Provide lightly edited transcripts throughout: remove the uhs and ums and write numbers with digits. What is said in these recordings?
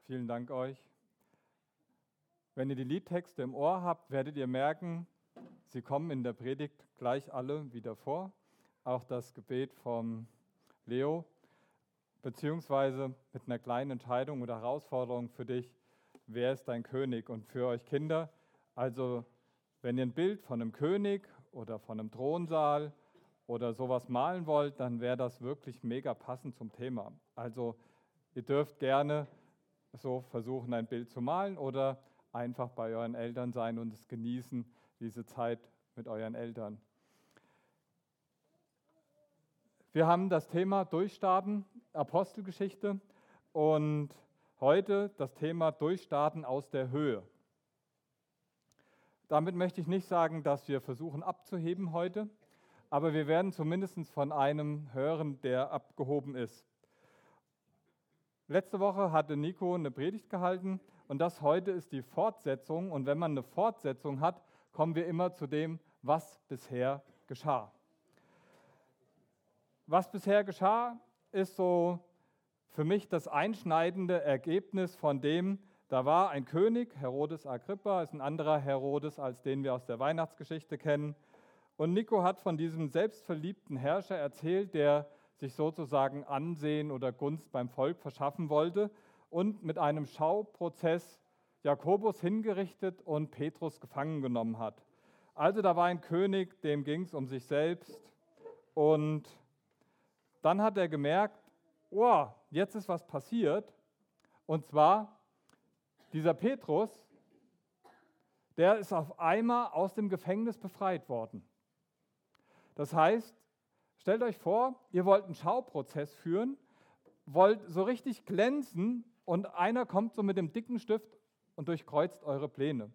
Vielen Dank euch. Wenn ihr die Liedtexte im Ohr habt, werdet ihr merken, sie kommen in der Predigt gleich alle wieder vor. Auch das Gebet von Leo, beziehungsweise mit einer kleinen Entscheidung oder Herausforderung für dich, wer ist dein König? Und für euch Kinder, also wenn ihr ein Bild von einem König oder von einem Thronsaal oder sowas malen wollt, dann wäre das wirklich mega passend zum Thema. Also ihr dürft gerne so versuchen, ein Bild zu malen oder einfach bei euren Eltern sein und es genießen, diese Zeit mit euren Eltern. Wir haben das Thema Durchstarten, Apostelgeschichte, und heute das Thema Durchstarten aus der Höhe. Damit möchte ich nicht sagen, dass wir versuchen abzuheben heute, aber wir werden zumindest von einem hören, der abgehoben ist. Letzte Woche hatte Nico eine Predigt gehalten und das heute ist die Fortsetzung. Und wenn man eine Fortsetzung hat, kommen wir immer zu dem, was bisher geschah. Was bisher geschah, ist so für mich das einschneidende Ergebnis von dem, da war ein König, Herodes Agrippa, ist ein anderer Herodes, als den wir aus der Weihnachtsgeschichte kennen. Und Nico hat von diesem selbstverliebten Herrscher erzählt, der sich sozusagen Ansehen oder Gunst beim Volk verschaffen wollte und mit einem Schauprozess Jakobus hingerichtet und Petrus gefangen genommen hat. Also da war ein König, dem ging es um sich selbst, und dann hat er gemerkt, oh, jetzt ist was passiert, und zwar dieser Petrus, der ist auf einmal aus dem Gefängnis befreit worden. Das heißt, stellt euch vor, ihr wollt einen Schauprozess führen, wollt so richtig glänzen und einer kommt so mit dem dicken Stift und durchkreuzt eure Pläne.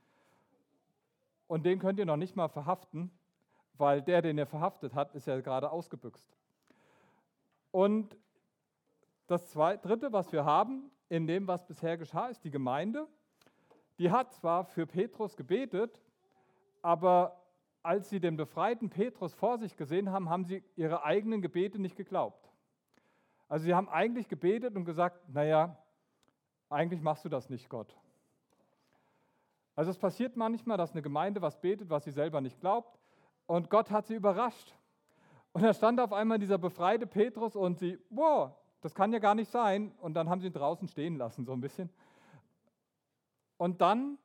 Und den könnt ihr noch nicht mal verhaften, weil der, den ihr verhaftet habt, ist ja gerade ausgebüxt. Und das Dritte, was wir haben, in dem, was bisher geschah, ist die Gemeinde. Die hat zwar für Petrus gebetet, aber als sie den befreiten Petrus vor sich gesehen haben, haben sie ihre eigenen Gebete nicht geglaubt. Also sie haben eigentlich gebetet und gesagt, naja, eigentlich machst du das nicht, Gott. Also es passiert manchmal, dass eine Gemeinde was betet, was sie selber nicht glaubt, und Gott hat sie überrascht. Und da stand auf einmal dieser befreite Petrus und sie, wow, das kann ja gar nicht sein. Und dann haben sie ihn draußen stehen lassen, so ein bisschen. Und dann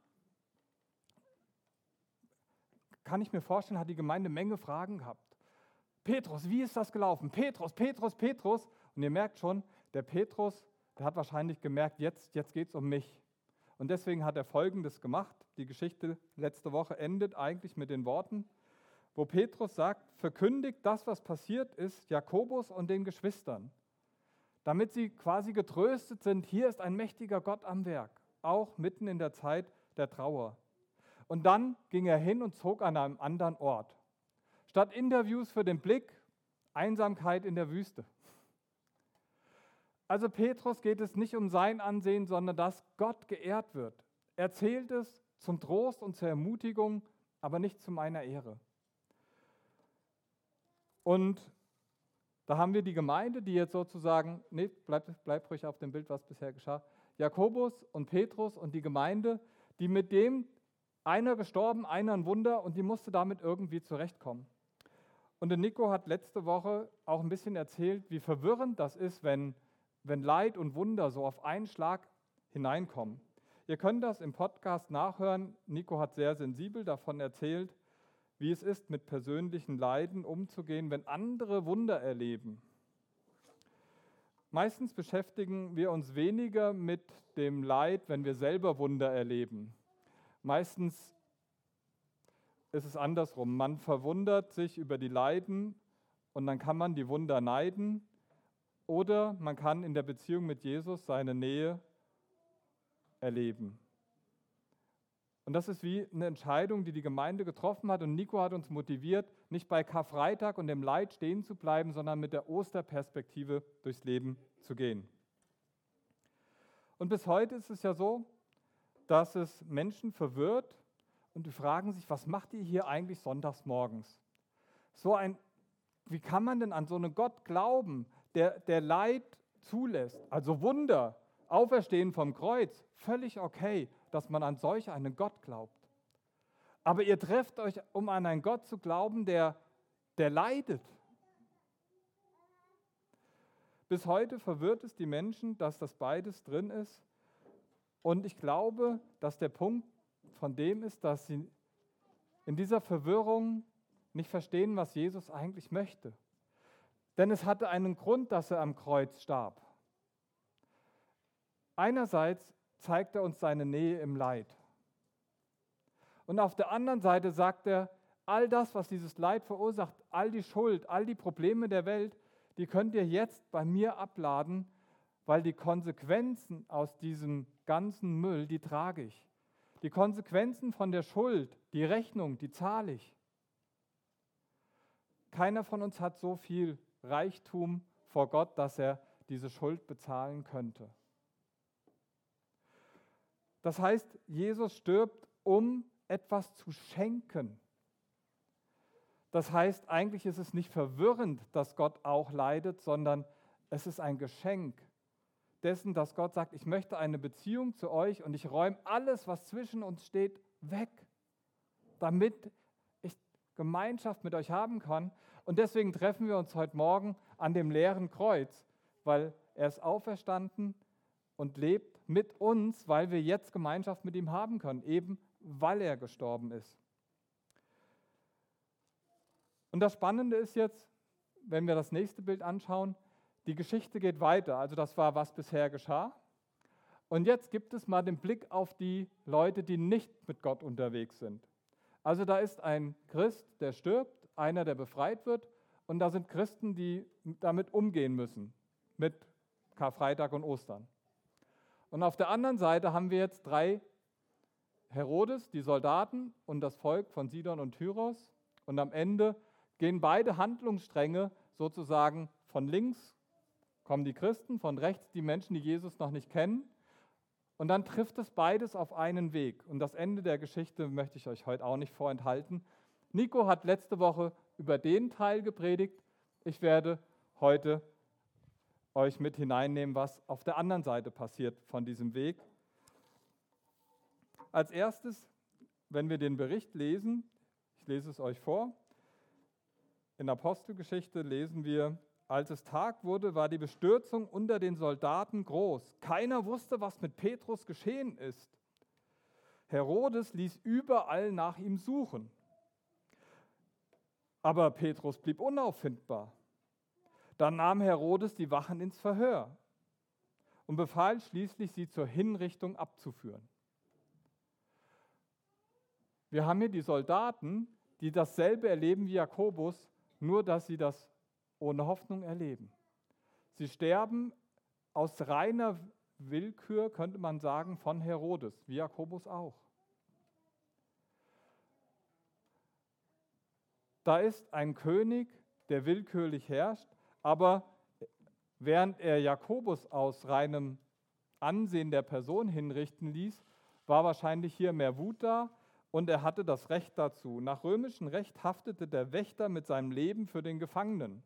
kann ich mir vorstellen, hat die Gemeinde eine Menge Fragen gehabt. Petrus, wie ist das gelaufen? Petrus, Petrus, Petrus. Und ihr merkt schon, der Petrus, der hat wahrscheinlich gemerkt, jetzt geht es um mich. Und deswegen hat er Folgendes gemacht. Die Geschichte letzte Woche endet eigentlich mit den Worten, wo Petrus sagt, verkündigt das, was passiert ist, Jakobus und den Geschwistern, damit sie quasi getröstet sind, hier ist ein mächtiger Gott am Werk, auch mitten in der Zeit der Trauer. Und dann ging er hin und zog an einem anderen Ort. Statt Interviews für den Blick, Einsamkeit in der Wüste. Also Petrus geht es nicht um sein Ansehen, sondern dass Gott geehrt wird. Er zählt es zum Trost und zur Ermutigung, aber nicht zu meiner Ehre. Und da haben wir die Gemeinde, die jetzt sozusagen, nee, bleib ruhig auf dem Bild, was bisher geschah, Jakobus und Petrus und die Gemeinde, die mit dem, einer gestorben, einer ein Wunder, und die musste damit irgendwie zurechtkommen. Und der Nico hat letzte Woche auch ein bisschen erzählt, wie verwirrend das ist, wenn Leid und Wunder so auf einen Schlag hineinkommen. Ihr könnt das im Podcast nachhören. Nico hat sehr sensibel davon erzählt, wie es ist, mit persönlichen Leiden umzugehen, wenn andere Wunder erleben. Meistens beschäftigen wir uns weniger mit dem Leid, wenn wir selber Wunder erleben. Meistens ist es andersrum. Man verwundert sich über die Leiden und dann kann man die Wunder neiden, oder man kann in der Beziehung mit Jesus seine Nähe erleben. Und das ist wie eine Entscheidung, die die Gemeinde getroffen hat, und Nico hat uns motiviert, nicht bei Karfreitag und dem Leid stehen zu bleiben, sondern mit der Osterperspektive durchs Leben zu gehen. Und bis heute ist es ja so, dass es Menschen verwirrt und die fragen sich, was macht ihr hier eigentlich sonntags morgens? Wie kann man denn an so einen Gott glauben, der Leid zulässt, also Wunder, Auferstehen vom Kreuz, völlig okay, dass man an solch einen Gott glaubt. Aber ihr trefft euch, um an einen Gott zu glauben, der leidet. Bis heute verwirrt es die Menschen, dass das beides drin ist. Und ich glaube, dass der Punkt von dem ist, dass sie in dieser Verwirrung nicht verstehen, was Jesus eigentlich möchte. Denn es hatte einen Grund, dass er am Kreuz starb. Einerseits zeigt er uns seine Nähe im Leid. Und auf der anderen Seite sagt er, all das, was dieses Leid verursacht, all die Schuld, all die Probleme der Welt, die könnt ihr jetzt bei mir abladen, weil die Konsequenzen aus diesem ganzen Müll, die trage ich. Die Konsequenzen von der Schuld, die Rechnung, die zahle ich. Keiner von uns hat so viel Reichtum vor Gott, dass er diese Schuld bezahlen könnte. Das heißt, Jesus stirbt, um etwas zu schenken. Das heißt, eigentlich ist es nicht verwirrend, dass Gott auch leidet, sondern es ist ein Geschenk dessen, dass Gott sagt, ich möchte eine Beziehung zu euch und ich räume alles, was zwischen uns steht, weg, damit ich Gemeinschaft mit euch haben kann. Und deswegen treffen wir uns heute Morgen an dem leeren Kreuz, weil er ist auferstanden und lebt mit uns, weil wir jetzt Gemeinschaft mit ihm haben können, eben weil er gestorben ist. Und das Spannende ist jetzt, wenn wir das nächste Bild anschauen, die Geschichte geht weiter. Also das war, was bisher geschah. Und jetzt gibt es mal den Blick auf die Leute, die nicht mit Gott unterwegs sind. Also da ist ein Christ, der stirbt, einer, der befreit wird, und da sind Christen, die damit umgehen müssen, mit Karfreitag und Ostern. Und auf der anderen Seite haben wir jetzt 3 Herodes, die Soldaten und das Volk von Sidon und Tyros. Und am Ende gehen beide Handlungsstränge sozusagen von links, kommen die Christen, von rechts die Menschen, die Jesus noch nicht kennen. Und dann trifft es beides auf einen Weg. Und das Ende der Geschichte möchte ich euch heute auch nicht vorenthalten. Nico hat letzte Woche über den Teil gepredigt. Ich werde heute euch mit hineinnehmen, was auf der anderen Seite passiert von diesem Weg. Als erstes, wenn wir den Bericht lesen, ich lese es euch vor, in Apostelgeschichte lesen wir, als es Tag wurde, war die Bestürzung unter den Soldaten groß. Keiner wusste, was mit Petrus geschehen ist. Herodes ließ überall nach ihm suchen. Aber Petrus blieb unauffindbar. Dann nahm Herodes die Wachen ins Verhör und befahl schließlich, sie zur Hinrichtung abzuführen. Wir haben hier die Soldaten, die dasselbe erleben wie Jakobus, nur dass sie das ohne Hoffnung erleben. Sie sterben aus reiner Willkür, könnte man sagen, von Herodes, wie Jakobus auch. Da ist ein König, der willkürlich herrscht, aber während er Jakobus aus reinem Ansehen der Person hinrichten ließ, war wahrscheinlich hier mehr Wut da und er hatte das Recht dazu. Nach römischem Recht haftete der Wächter mit seinem Leben für den Gefangenen.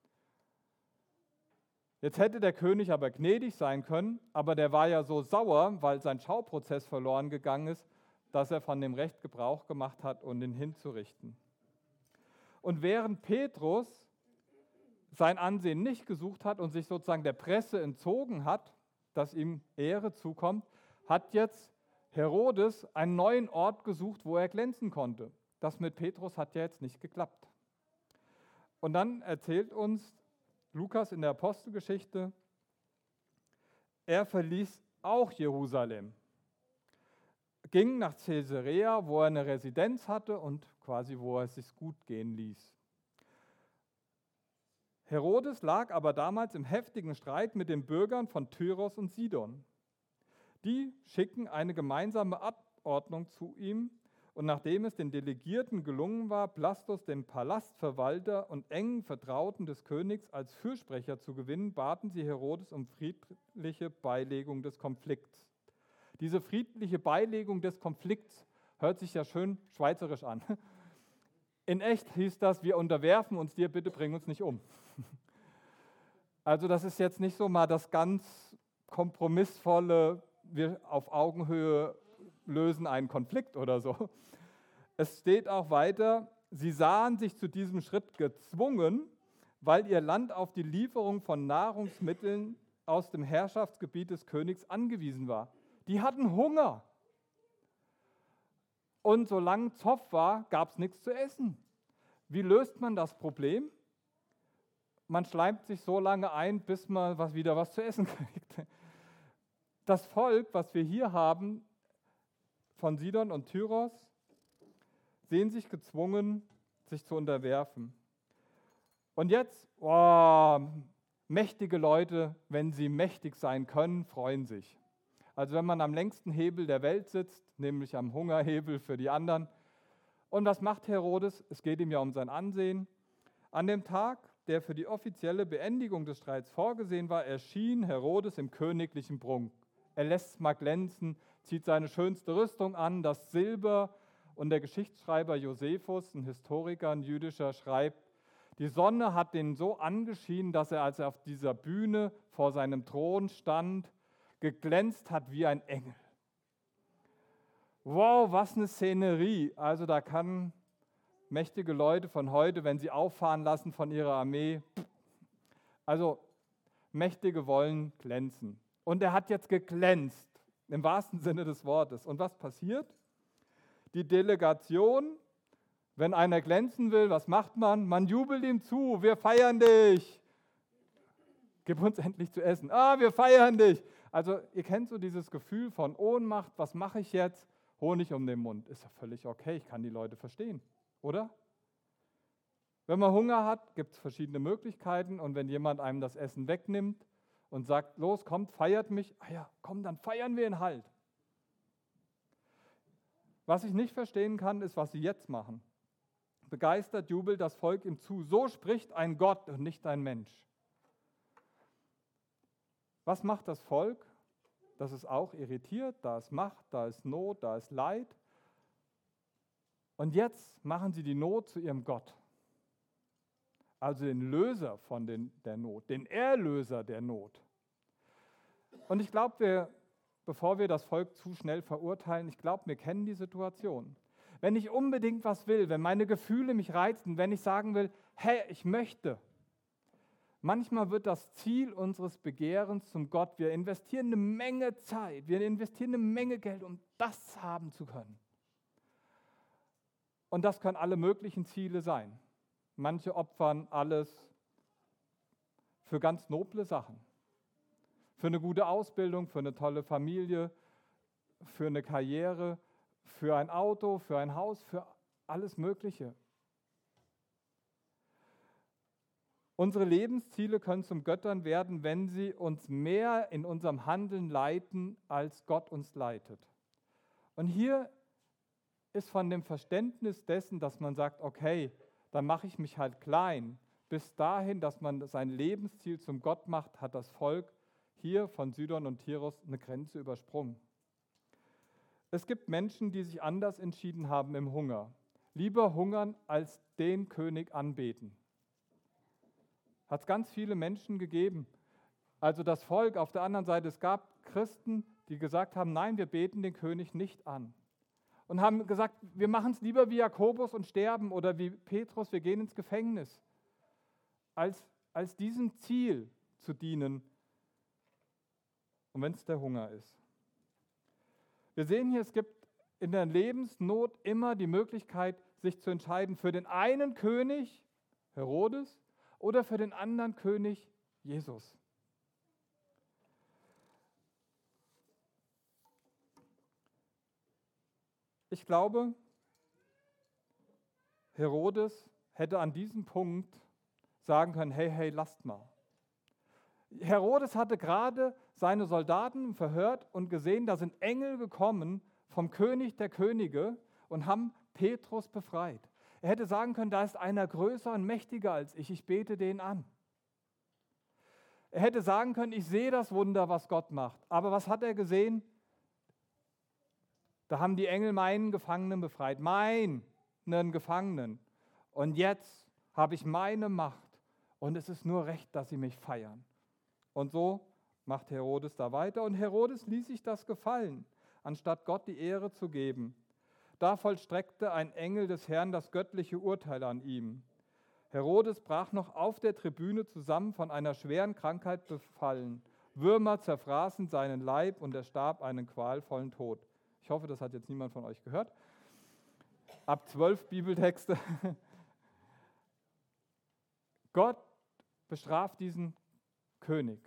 Jetzt hätte der König aber gnädig sein können, aber der war ja so sauer, weil sein Schauprozess verloren gegangen ist, dass er von dem Recht Gebrauch gemacht hat, um ihn hinzurichten. Und während Petrus sein Ansehen nicht gesucht hat und sich sozusagen der Presse entzogen hat, dass ihm Ehre zukommt, hat jetzt Herodes einen neuen Ort gesucht, wo er glänzen konnte. Das mit Petrus hat ja jetzt nicht geklappt. Und dann erzählt uns Lukas in der Apostelgeschichte, er verließ auch Jerusalem, ging nach Caesarea, wo er eine Residenz hatte und quasi wo er es sich gut gehen ließ. Herodes lag aber damals im heftigen Streit mit den Bürgern von Tyros und Sidon. Die schicken eine gemeinsame Abordnung zu ihm und nachdem es den Delegierten gelungen war, Blastus, den Palastverwalter und engen Vertrauten des Königs, als Fürsprecher zu gewinnen, baten sie Herodes um friedliche Beilegung des Konflikts. Diese friedliche Beilegung des Konflikts hört sich ja schön schweizerisch an. In echt hieß das, wir unterwerfen uns dir, bitte bring uns nicht um. Also das ist jetzt nicht so mal das ganz kompromissvolle, wir auf Augenhöhe lösen einen Konflikt oder so. Es steht auch weiter, sie sahen sich zu diesem Schritt gezwungen, weil ihr Land auf die Lieferung von Nahrungsmitteln aus dem Herrschaftsgebiet des Königs angewiesen war. Die hatten Hunger. Und solange Zoff war, gab es nichts zu essen. Wie löst man das Problem? Man schleimt sich so lange ein, bis man wieder was zu essen kriegt. Das Volk, was wir hier haben, von Sidon und Tyros, sehen sich gezwungen, sich zu unterwerfen. Und jetzt, mächtige Leute, wenn sie mächtig sein können, freuen sich. Also wenn man am längsten Hebel der Welt sitzt, nämlich am Hungerhebel für die anderen. Und was macht Herodes? Es geht ihm ja um sein Ansehen. An dem Tag, der für die offizielle Beendigung des Streits vorgesehen war, erschien Herodes im königlichen Prunk. Er lässt es mal glänzen, zieht seine schönste Rüstung an, das Silber. Und der Geschichtsschreiber Josephus, ein Historiker, ein jüdischer, schreibt, die Sonne hat ihn so angeschienen, dass er, als er auf dieser Bühne vor seinem Thron stand, geglänzt hat wie ein Engel. Wow, was eine Szenerie. Also da kann mächtige Leute von heute, wenn sie auffahren lassen von ihrer Armee, also Mächtige wollen glänzen. Und er hat jetzt geglänzt, im wahrsten Sinne des Wortes. Und was passiert? Die Delegation, wenn einer glänzen will, was macht man? Man jubelt ihm zu, wir feiern dich. Gib uns endlich zu essen. Wir feiern dich. Also ihr kennt so dieses Gefühl von Ohnmacht, was mache ich jetzt? Honig um den Mund. Ist ja völlig okay, ich kann die Leute verstehen, oder? Wenn man Hunger hat, gibt es verschiedene Möglichkeiten und wenn jemand einem das Essen wegnimmt und sagt, los, kommt, feiert mich, komm, dann feiern wir ihn halt. Was ich nicht verstehen kann, ist, was sie jetzt machen. Begeistert jubelt das Volk ihm zu. So spricht ein Gott und nicht ein Mensch. Was macht das Volk? Das ist auch irritiert, da ist Macht, da ist Not, da ist Leid. Und jetzt machen sie die Not zu ihrem Gott. Also den Löser von der Not, den Erlöser der Not. Und ich glaube, bevor wir das Volk zu schnell verurteilen, ich glaube, wir kennen die Situation. Wenn ich unbedingt was will, wenn meine Gefühle mich reizen, wenn ich sagen will, hey, ich möchte. Manchmal wird das Ziel unseres Begehrens zum Gott, wir investieren eine Menge Zeit, wir investieren eine Menge Geld, um das haben zu können. Und das können alle möglichen Ziele sein. Manche opfern alles für ganz noble Sachen. Für eine gute Ausbildung, für eine tolle Familie, für eine Karriere, für ein Auto, für ein Haus, für alles Mögliche. Unsere Lebensziele können zum Göttern werden, wenn sie uns mehr in unserem Handeln leiten, als Gott uns leitet. Und hier ist von dem Verständnis dessen, dass man sagt, okay, dann mache ich mich halt klein, bis dahin, dass man sein Lebensziel zum Gott macht, hat das Volk hier von Sidon und Tyros eine Grenze übersprungen. Es gibt Menschen, die sich anders entschieden haben im Hunger. Lieber hungern, als den König anbeten. Hat es ganz viele Menschen gegeben. Also das Volk auf der anderen Seite, es gab Christen, die gesagt haben, nein, wir beten den König nicht an. Und haben gesagt, wir machen es lieber wie Jakobus und sterben oder wie Petrus, wir gehen ins Gefängnis, als diesem Ziel zu dienen. Und wenn es der Hunger ist. Wir sehen hier, es gibt in der Lebensnot immer die Möglichkeit, sich zu entscheiden für den einen König, Herodes, oder für den anderen König, Jesus. Ich glaube, Herodes hätte an diesem Punkt sagen können, hey, lasst mal. Herodes hatte gerade seine Soldaten verhört und gesehen, da sind Engel gekommen vom König der Könige und haben Petrus befreit. Er hätte sagen können, da ist einer größer und mächtiger als ich bete den an. Er hätte sagen können, ich sehe das Wunder, was Gott macht. Aber was hat er gesehen? Da haben die Engel meinen Gefangenen befreit, meinen Gefangenen. Und jetzt habe ich meine Macht und es ist nur recht, dass sie mich feiern. Und so macht Herodes da weiter. Und Herodes ließ sich das gefallen, anstatt Gott die Ehre zu geben. Da vollstreckte ein Engel des Herrn das göttliche Urteil an ihm. Herodes brach noch auf der Tribüne zusammen, von einer schweren Krankheit befallen. Würmer zerfraßen seinen Leib und er starb einen qualvollen Tod. Ich hoffe, das hat jetzt niemand von euch gehört. Ab 12 Bibeltexte. Gott bestraft diesen König.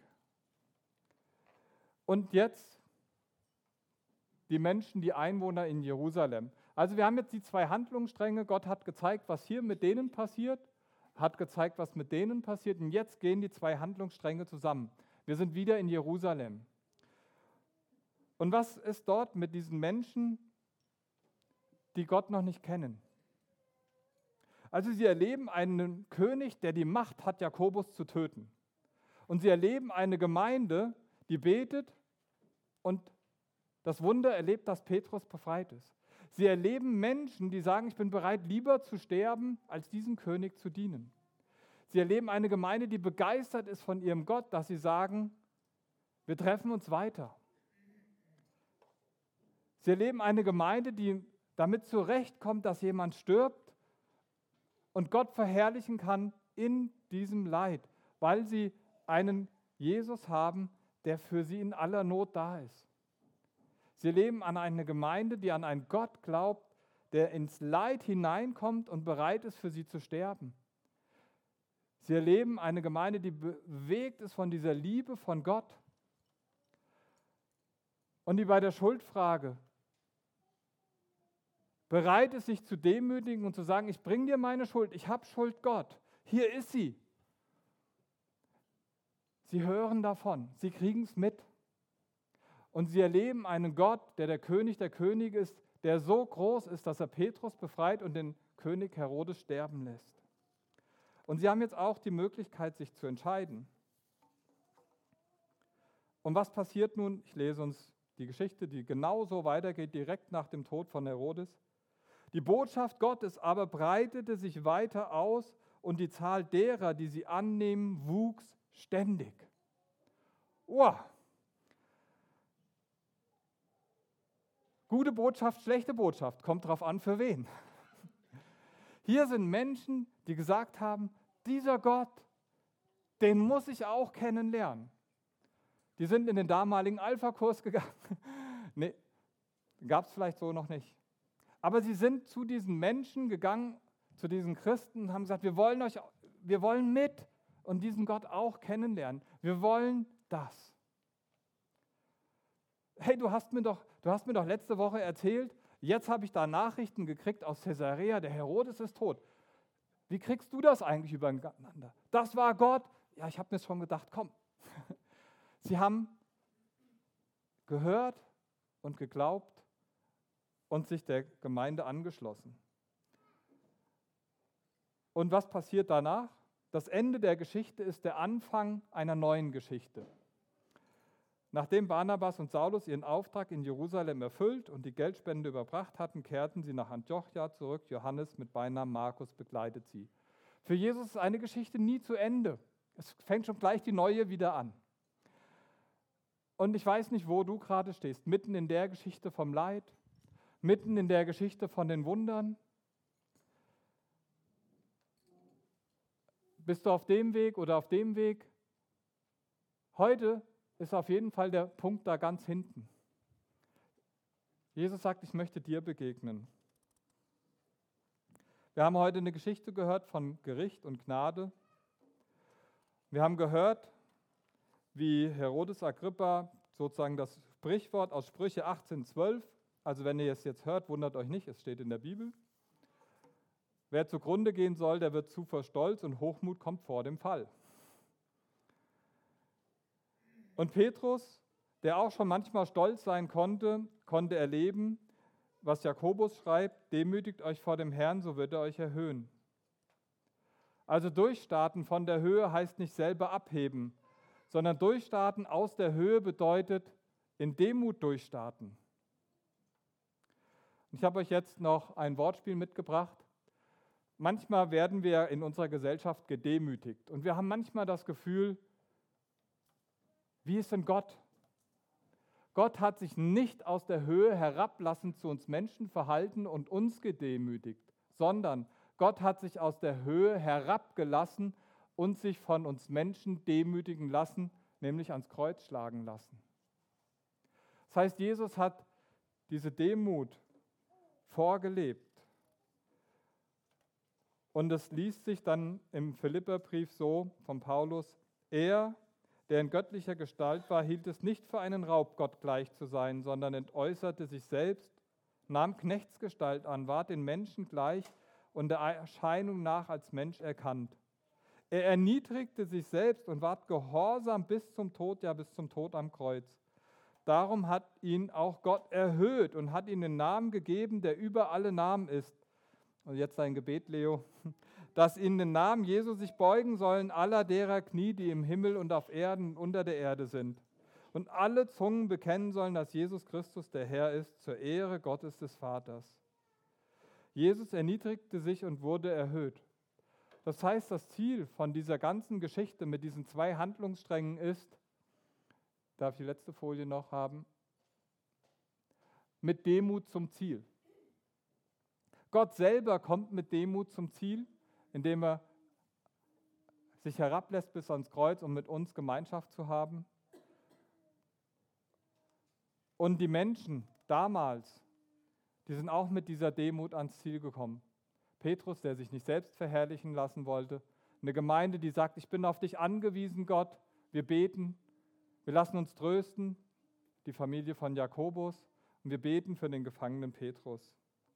Und jetzt die Menschen, die Einwohner in Jerusalem. Also wir haben jetzt die zwei Handlungsstränge. Gott hat gezeigt, was hier mit denen passiert, hat gezeigt, was mit denen passiert. Und jetzt gehen die zwei Handlungsstränge zusammen. Wir sind wieder in Jerusalem. Und was ist dort mit diesen Menschen, die Gott noch nicht kennen? Also sie erleben einen König, der die Macht hat, Jakobus zu töten. Und sie erleben eine Gemeinde, die betet und das Wunder erlebt, dass Petrus befreit ist. Sie erleben Menschen, die sagen, ich bin bereit, lieber zu sterben, als diesem König zu dienen. Sie erleben eine Gemeinde, die begeistert ist von ihrem Gott, dass sie sagen, wir treffen uns weiter. Sie erleben eine Gemeinde, die damit zurechtkommt, dass jemand stirbt und Gott verherrlichen kann in diesem Leid, weil sie einen Jesus haben, der für sie in aller Not da ist. Sie leben an eine Gemeinde, die an einen Gott glaubt, der ins Leid hineinkommt und bereit ist, für sie zu sterben. Sie erleben eine Gemeinde, die bewegt ist von dieser Liebe von Gott und die bei der Schuldfrage bereit ist, sich zu demütigen und zu sagen, ich bringe dir meine Schuld, ich habe Schuld, Gott, hier ist sie. Sie hören davon, sie kriegen es mit. Und sie erleben einen Gott, der der König der Könige ist, der so groß ist, dass er Petrus befreit und den König Herodes sterben lässt. Und sie haben jetzt auch die Möglichkeit, sich zu entscheiden. Und was passiert nun? Ich lese uns die Geschichte, die genauso weitergeht, direkt nach dem Tod von Herodes. Die Botschaft Gottes aber breitete sich weiter aus und die Zahl derer, die sie annehmen, wuchs ständig. Wow! Gute Botschaft, schlechte Botschaft, kommt drauf an, für wen. Hier sind Menschen, die gesagt haben, dieser Gott, den muss ich auch kennenlernen. Die sind in den damaligen Alpha-Kurs gegangen. Nee, gab es vielleicht so noch nicht. Aber sie sind zu diesen Menschen gegangen, zu diesen Christen und haben gesagt, wir wollen mit und diesen Gott auch kennenlernen. Wir wollen das. Hey, du hast mir doch letzte Woche erzählt, jetzt habe ich da Nachrichten gekriegt aus Caesarea, der Herodes ist tot. Wie kriegst du das eigentlich übereinander? Das war Gott. Ja, ich habe mir schon gedacht, komm. Sie haben gehört und geglaubt und sich der Gemeinde angeschlossen. Und was passiert danach? Das Ende der Geschichte ist der Anfang einer neuen Geschichte. Nachdem Barnabas und Saulus ihren Auftrag in Jerusalem erfüllt und die Geldspende überbracht hatten, kehrten sie nach Antiochia zurück. Johannes mit Beinamen Markus begleitet sie. Für Jesus ist eine Geschichte nie zu Ende. Es fängt schon gleich die neue wieder an. Und ich weiß nicht, wo du gerade stehst. Mitten in der Geschichte vom Leid, mitten in der Geschichte von den Wundern. Bist du auf dem Weg oder auf dem Weg? Heute ist auf jeden Fall der Punkt da ganz hinten. Jesus sagt, ich möchte dir begegnen. Wir haben heute eine Geschichte gehört von Gericht und Gnade. Wir haben gehört, wie Herodes Agrippa sozusagen das Sprichwort aus Sprüche 18,12, also wenn ihr es jetzt hört, wundert euch nicht, es steht in der Bibel. Wer zugrunde gehen soll, der wird zu vor Stolz und Hochmut kommt vor dem Fall. Und Petrus, der auch schon manchmal stolz sein konnte erleben, was Jakobus schreibt, demütigt euch vor dem Herrn, so wird er euch erhöhen. Also durchstarten von der Höhe heißt nicht selber abheben, sondern durchstarten aus der Höhe bedeutet in Demut durchstarten. Ich habe euch jetzt noch ein Wortspiel mitgebracht. Manchmal werden wir in unserer Gesellschaft gedemütigt und wir haben manchmal das Gefühl, Wie ist denn Gott? Gott hat sich nicht aus der Höhe herablassend zu uns Menschen verhalten und uns gedemütigt, sondern Gott hat sich aus der Höhe herabgelassen und sich von uns Menschen demütigen lassen, nämlich ans Kreuz schlagen lassen. Das heißt, Jesus hat diese Demut vorgelebt. Und es liest sich dann im Philipperbrief so von Paulus: Er, der in göttlicher Gestalt war, hielt es nicht für einen Raub, Gott gleich zu sein, sondern entäußerte sich selbst, nahm Knechtsgestalt an, ward den Menschen gleich und der Erscheinung nach als Mensch erkannt. Er erniedrigte sich selbst und ward gehorsam bis zum Tod, ja bis zum Tod am Kreuz. Darum hat ihn auch Gott erhöht und hat ihm den Namen gegeben, der über alle Namen ist. Und jetzt sein Gebet, Leo: Dass in den Namen Jesu sich beugen sollen aller derer Knie, die im Himmel und auf Erden und unter der Erde sind. Und alle Zungen bekennen sollen, dass Jesus Christus der Herr ist, zur Ehre Gottes des Vaters. Jesus erniedrigte sich und wurde erhöht. Das heißt, das Ziel von dieser ganzen Geschichte mit diesen zwei Handlungssträngen ist, darf ich die letzte Folie noch haben, mit Demut zum Ziel. Gott selber kommt mit Demut zum Ziel, indem er sich herablässt bis ans Kreuz, um mit uns Gemeinschaft zu haben. Und die Menschen damals, die sind auch mit dieser Demut ans Ziel gekommen. Petrus, der sich nicht selbst verherrlichen lassen wollte. Eine Gemeinde, die sagt: Ich bin auf dich angewiesen, Gott. Wir beten, wir lassen uns trösten. Die Familie von Jakobus. Und wir beten für den gefangenen Petrus.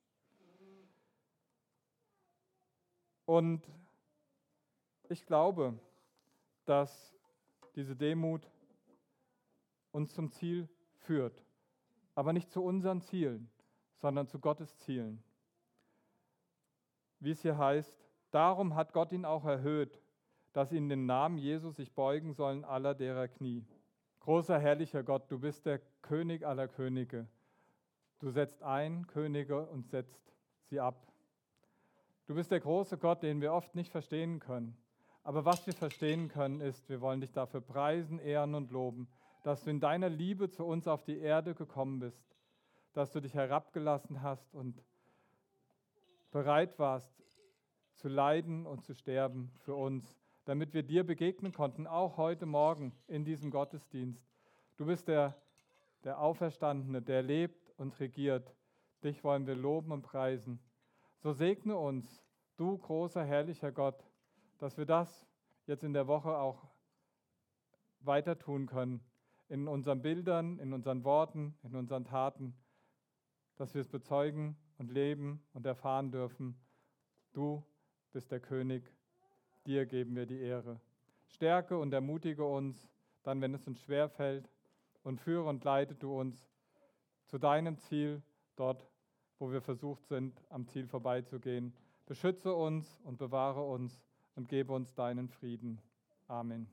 Und ich glaube, dass diese Demut uns zum Ziel führt. Aber nicht zu unseren Zielen, sondern zu Gottes Zielen. Wie es hier heißt: Darum hat Gott ihn auch erhöht, dass in den Namen Jesus sich beugen sollen aller derer Knie. Großer, herrlicher Gott, du bist der König aller Könige. Du setzt ein Könige und setzt sie ab. Du bist der große Gott, den wir oft nicht verstehen können. Aber was wir verstehen können, ist, wir wollen dich dafür preisen, ehren und loben, dass du in deiner Liebe zu uns auf die Erde gekommen bist, dass du dich herabgelassen hast und bereit warst zu leiden und zu sterben für uns, damit wir dir begegnen konnten, auch heute Morgen in diesem Gottesdienst. Du bist der Auferstandene, der lebt und regiert. Dich wollen wir loben und preisen. So segne uns, du großer, herrlicher Gott, dass wir das jetzt in der Woche auch weiter tun können, in unseren Bildern, in unseren Worten, in unseren Taten, dass wir es bezeugen und leben und erfahren dürfen. Du bist der König, dir geben wir die Ehre. Stärke und ermutige uns, dann, wenn es uns schwerfällt, und führe und leite du uns zu deinem Ziel, dort, wo wir versucht sind, am Ziel vorbeizugehen. Beschütze uns und bewahre uns und gebe uns deinen Frieden. Amen.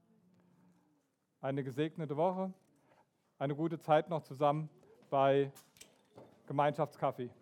Eine gesegnete Woche, eine gute Zeit noch zusammen bei Gemeinschaftskaffee.